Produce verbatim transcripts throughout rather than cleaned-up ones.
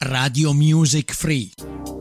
Radio Music Free.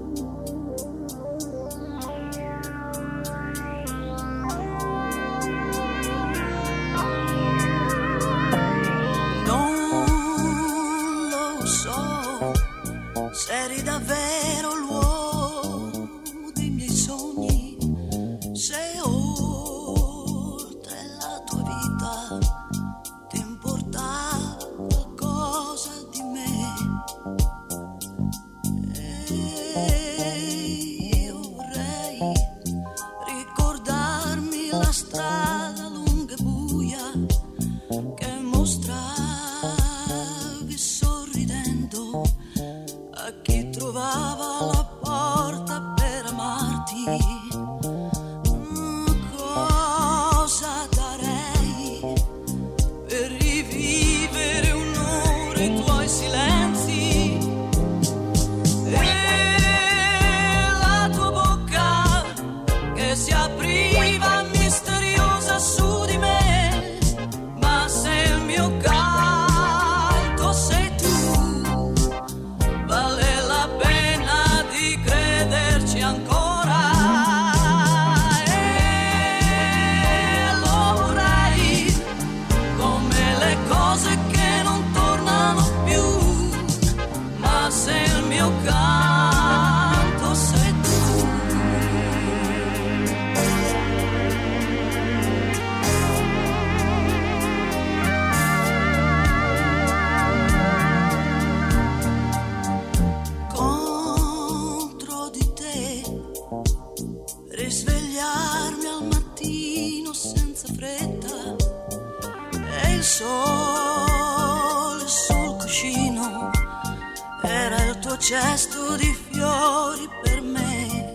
Gesto di fiori per me,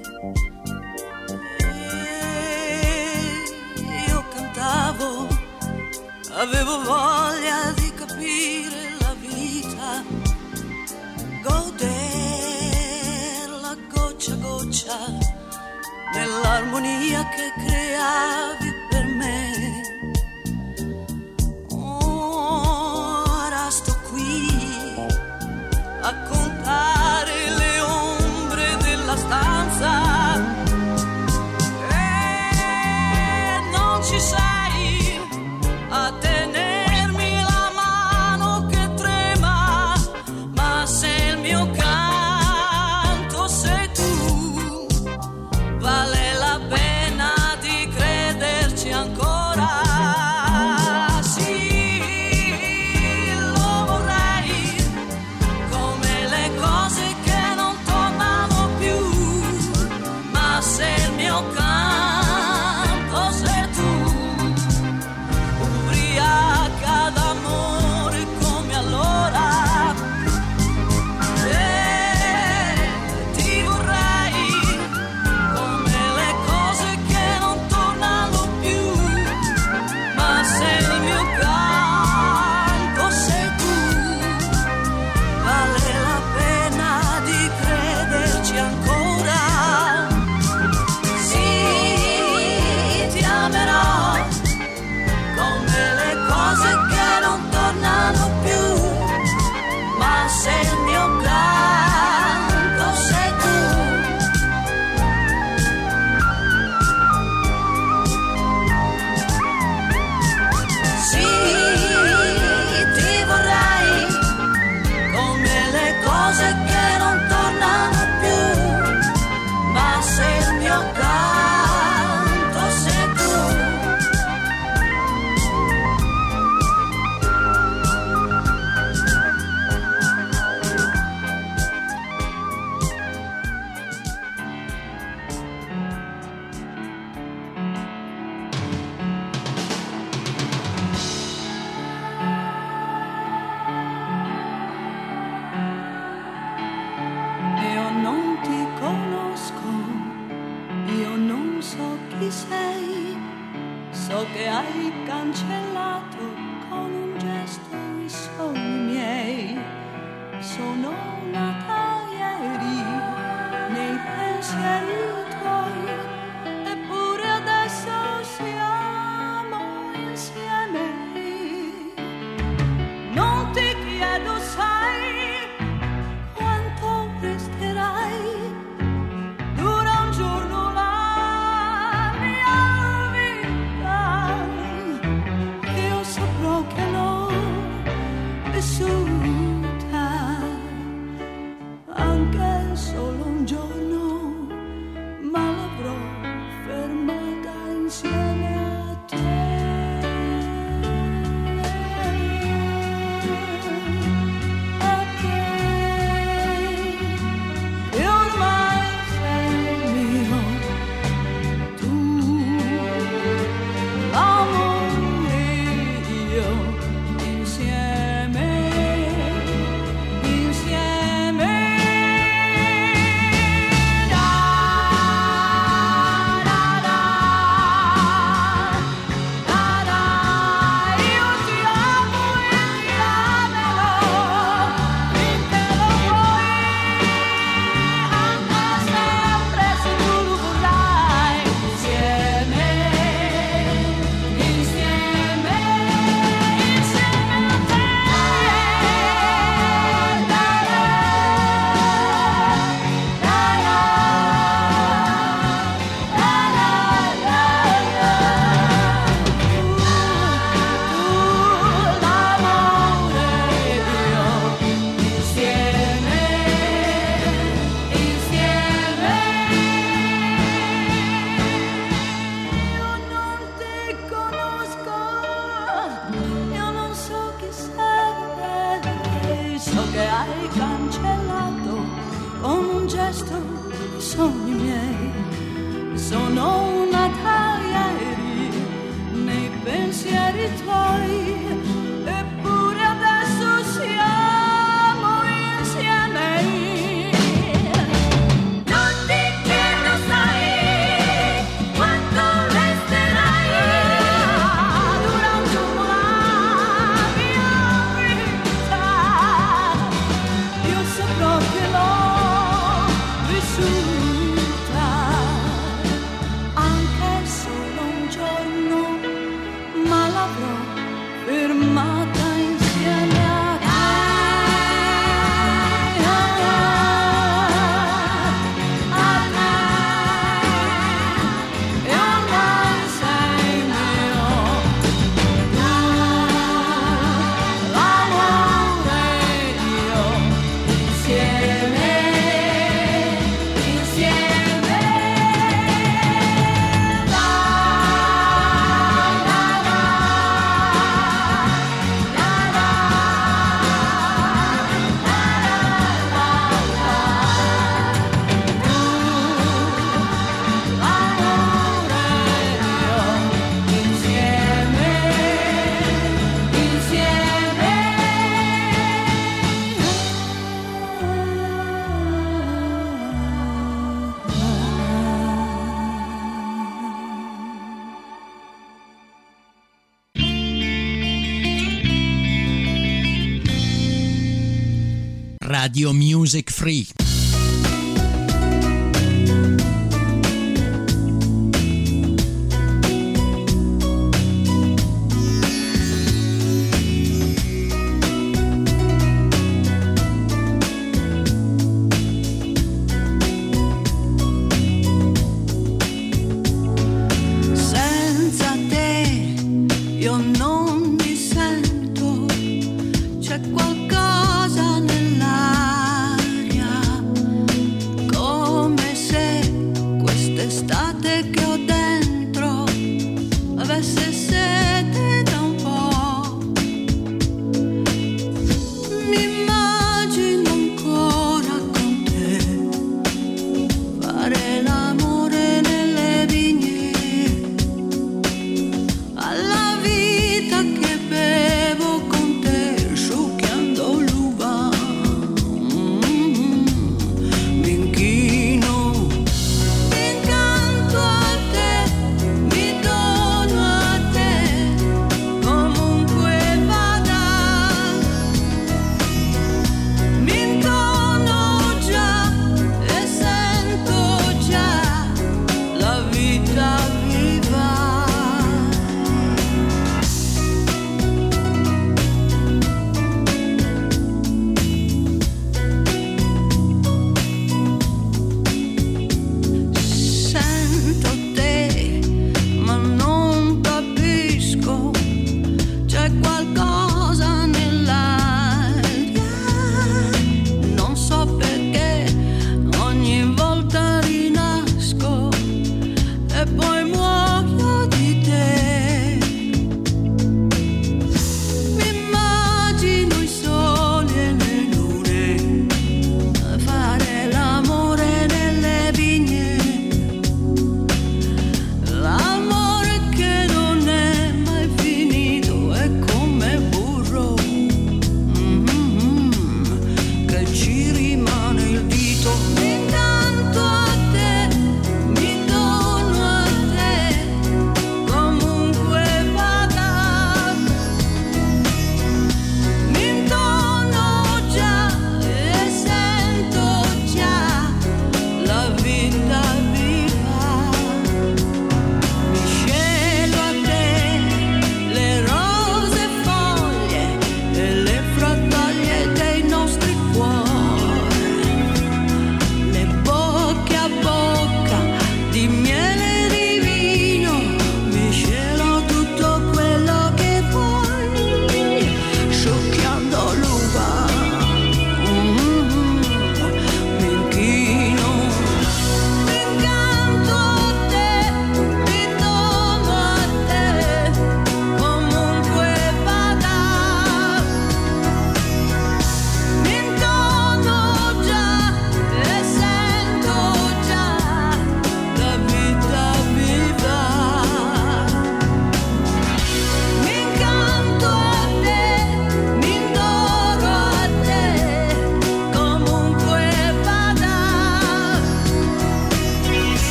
e io cantavo, avevo voglia di capire la vita, goderla goccia a goccia, nell'armonia che creavi per me. Ora sto qui a contare le ombre della stanza e non ci sei a tenermi la mano che trema, ma se il mio canto sei tu, vale la pena di crederci ancora. Non ti chiedo, sai quanto presto i sogni miei sono nata ieri nei pensieri tuoi, eppure adesso siamo insieme. Non ti chiedo sai quanto resterai durante la mia vita. Io saprò che l'ho vissuta anche solo un giorno, ma l'avrò fermata insieme a te. A te. E ormai sei mio. Tu, l'amore e io insieme, insieme. La, la, la, la, Radio Music Free. Senza te io non mi sento, c'è qualcosa nell'aria, come se quest'estate che ho dentro avesse sete da un po'. Mi immagino ancora con te fare l'amore nelle vigne, alla vita che bevo con te, sciucchiami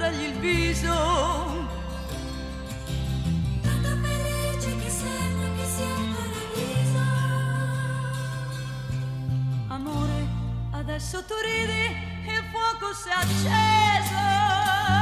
guardargli il viso. Tanto felice che sembra che sia il paradiso. Amore, adesso tu ridi, il fuoco si è acceso.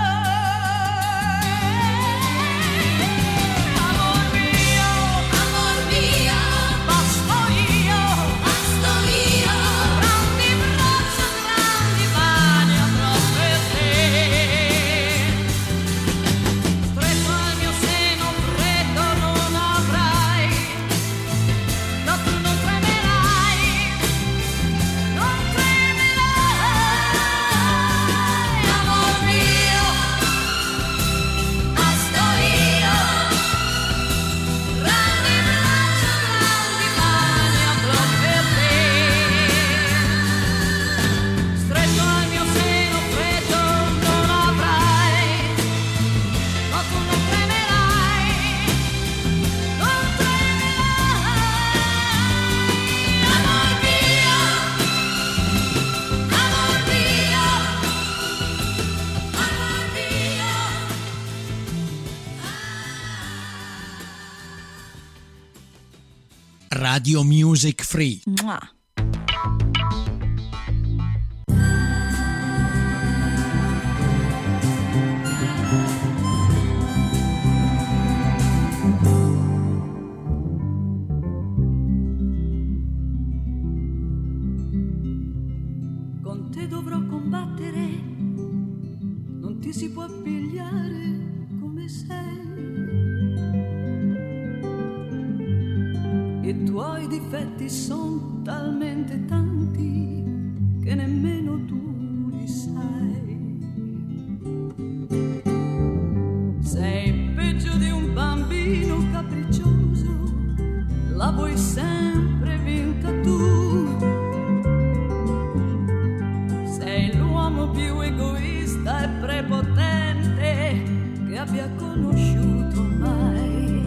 Radio Music Free. Mua. Con te dovrò combattere, non ti si può pigliare come sei. I tuoi difetti sono talmente tanti che nemmeno tu li sai. Sei peggio di un bambino capriccioso, la vuoi sempre vinta tu. Sei l'uomo più egoista e prepotente che abbia conosciuto mai.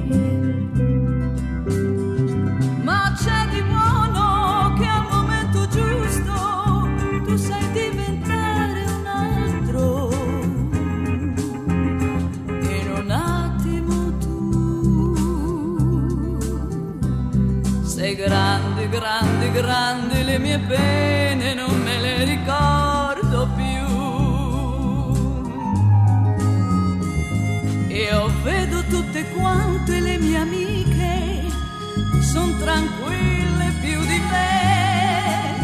Ma c'è di buono che al momento giusto tu sai diventare un altro. In un attimo tu sei grande, grande, grande, le mie pene non me le ricordo più. Io vedo tutte quante le mie amiche, son tranquille più di me.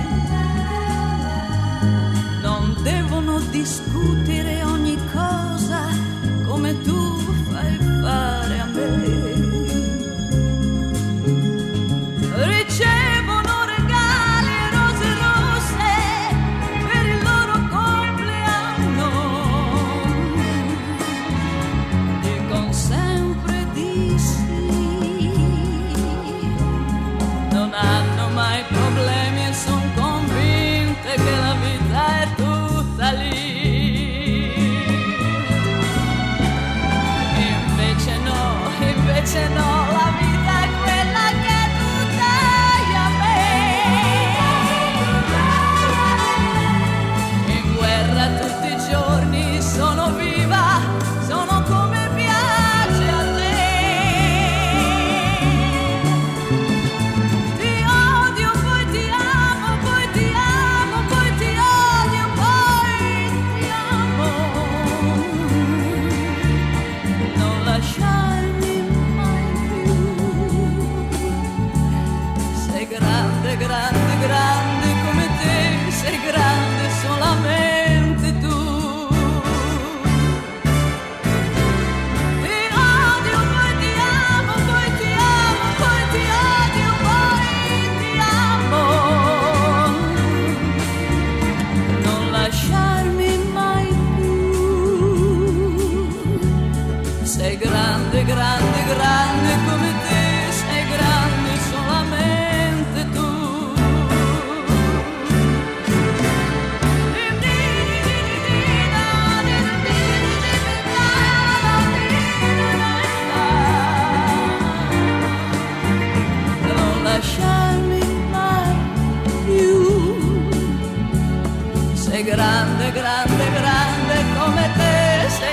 Non devono discutere ogni cosa come tu fai fare a me. Ricevono regali e rose rosse per il loro compleanno. Dicono sempre di sì, non hanno mai problemi e son convinte che la vita è tutta lì. Invece no, invece no, la vita è quella che tu dai a me. In guerra tutti i giorni sono viva, sono come piace a te. Ti odio, poi ti amo, poi ti amo, poi ti odio, poi ti amo. Non lasciarmi mai più. Sei grande, grande, grande come te, sei grande solamente tu. Ti odio, poi ti amo, poi ti amo, poi ti odio, poi ti amo. Non lasciarmi mai più. Sei grande, grande, grande come te, sei grande solamente tu. Non lasciarmi mai più. Sei grande, grande, grande come te, sei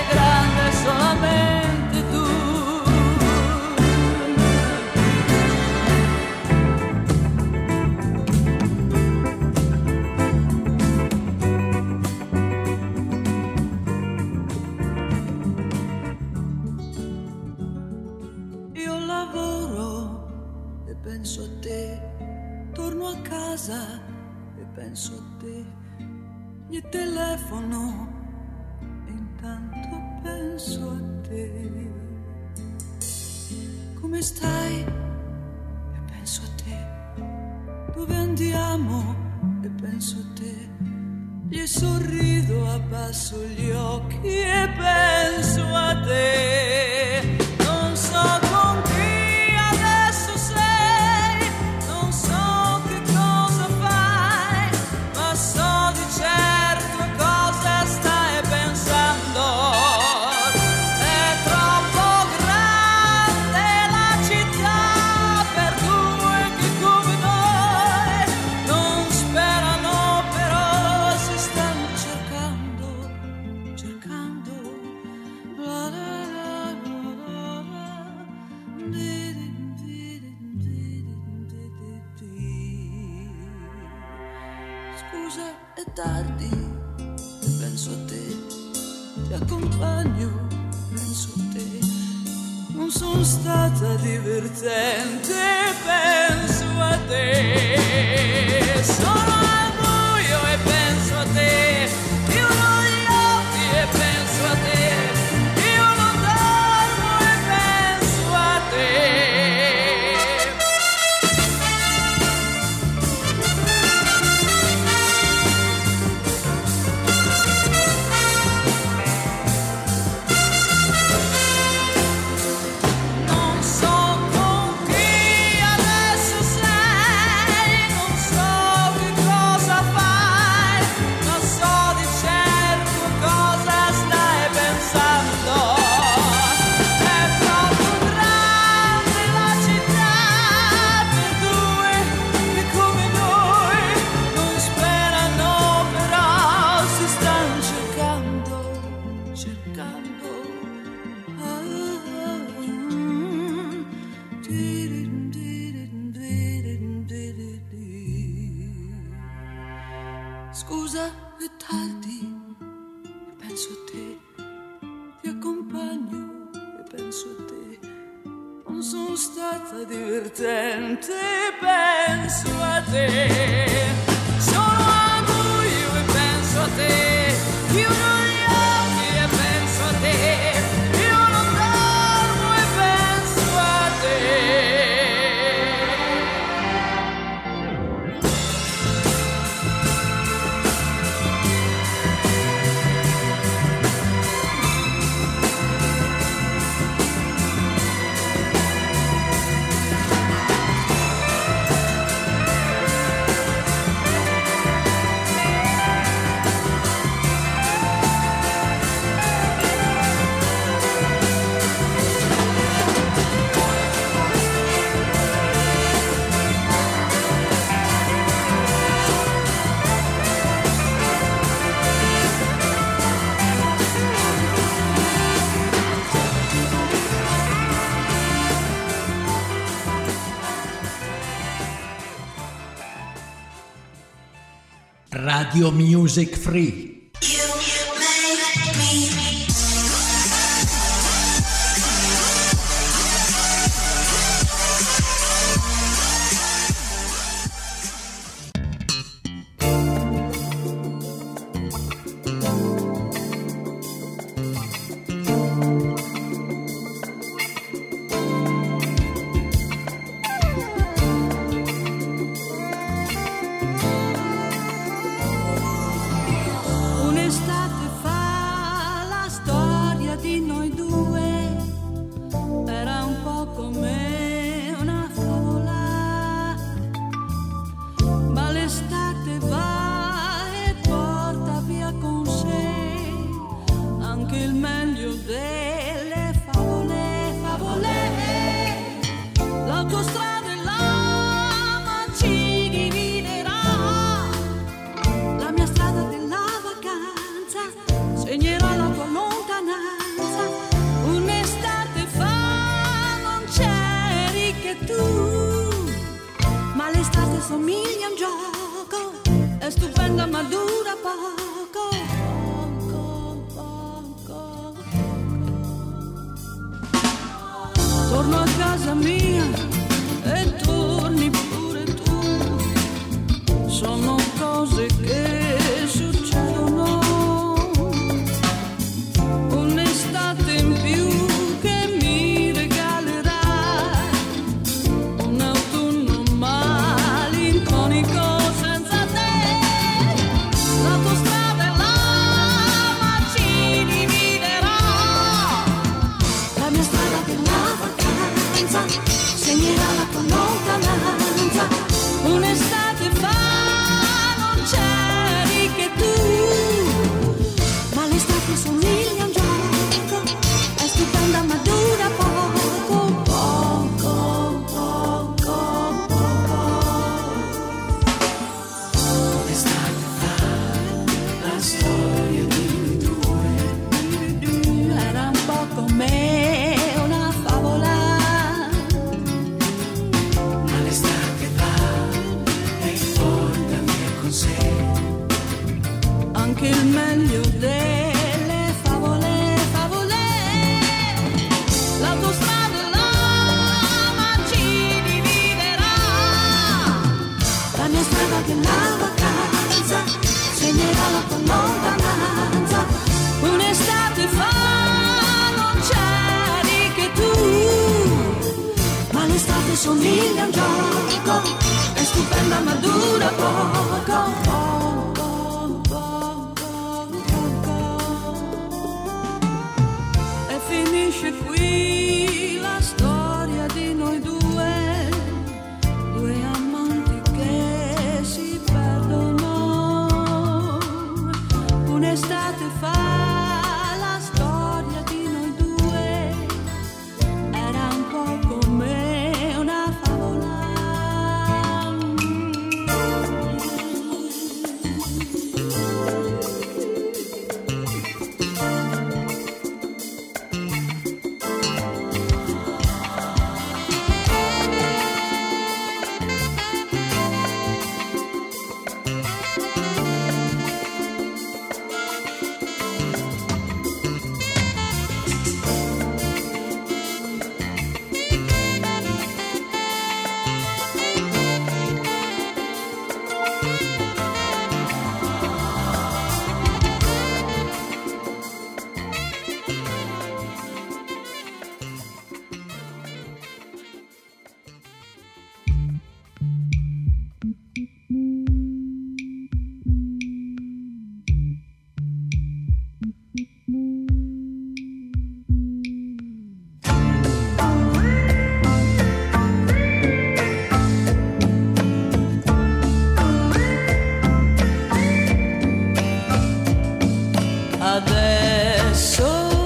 penso a te, gli telefono e intanto penso a te. Come stai? E penso a te. Dove andiamo? E penso a te. Gli sorrido, abbasso gli occhi e penso a te. Non so con chi adesso sei, non so che cosa fai, ma so di certo cosa stai pensando. È troppo grande la città per due che come noi non sperano, però si stanno cercando, cercando. La la la la la la. Di di di di di di di. Scusa, è tardi, penso a te, ti accompagno, penso a te. Non sono stata divertente, penso a te. Sono al buio e penso a te, chiudo gli occhi e penso a te. Io non dormo e penso a te. Non so con chi adesso sei, non so che cosa fai, ma so di certo cosa stai pensando. È troppo grande la città per due che come noi non sperano, però si stanno cercando, cercando. Ah, mm, di-di-di-di-di-di-di-di. Scusa, è tardi, penso a te, ti accompagno e penso a te. Non sono stata divertente, penso a te. Sono al buio e penso a te, chiudo gli occhi e penso a te. Io non dormo e penso a te. Radio Music Free. Un'estate fa la storia di noi due era un po' come una favola, ma l'estate va e porta via con sé anche il meglio delle favole, favole. L'autostrada e l'ama ci dividerà, la mia strada della vacanza segnerà la tua lontananza. Un'estate fa non c'eri che tu, ma l'estate somiglia a un gioco, è stupenda ma dura poco, poco, poco, poco. Torno a casa mia e torni pure tu, sono cose somiglia a un gioco, è stupenda ma dura poco, poco, poco, poco. E finisce qui la storia di noi due, due amanti che si perdono. Un'estate fa la storia di noi due era un po' come una favola. Adesso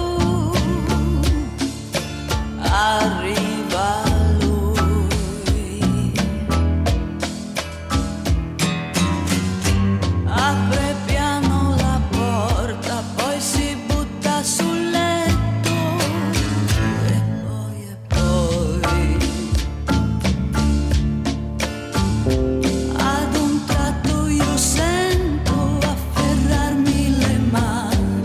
arriva lui, apre piano la porta, poi si butta sul letto e poi e poi ad un tratto io sento afferrarmi le mani.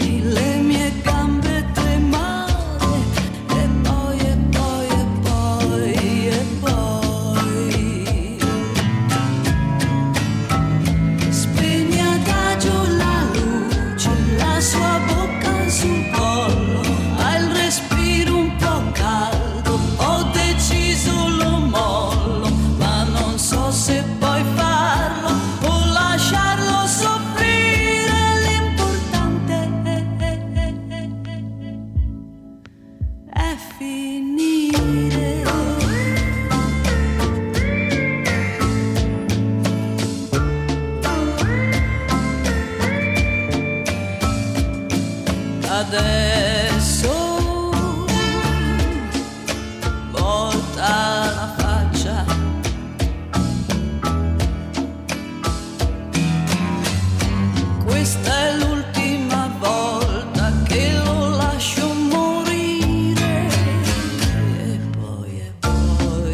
Adesso volta la faccia, questa è l'ultima volta che lo lascio morire e poi e poi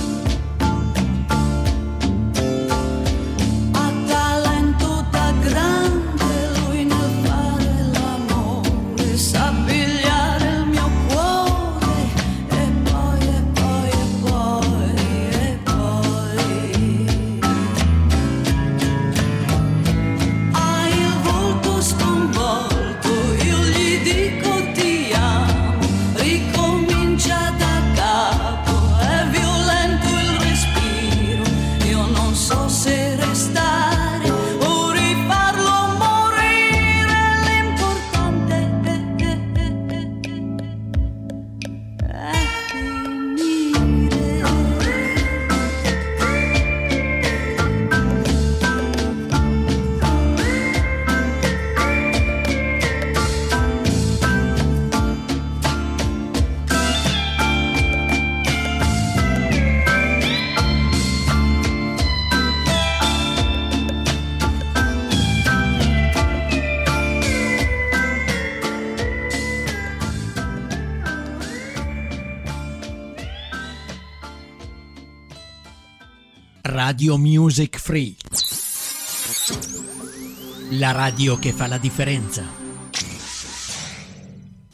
ha talento da grande lui nel fare l'amore, sa pigliare il mio cuore e poi e poi e poi e poi ha il volto sconvolto, io gli dico ti amo, ricomincia da capo, è violento il respiro, io non so se restare o rifarlo morire, l'importante è finire. Radio Music Free. La radio che fa la differenza.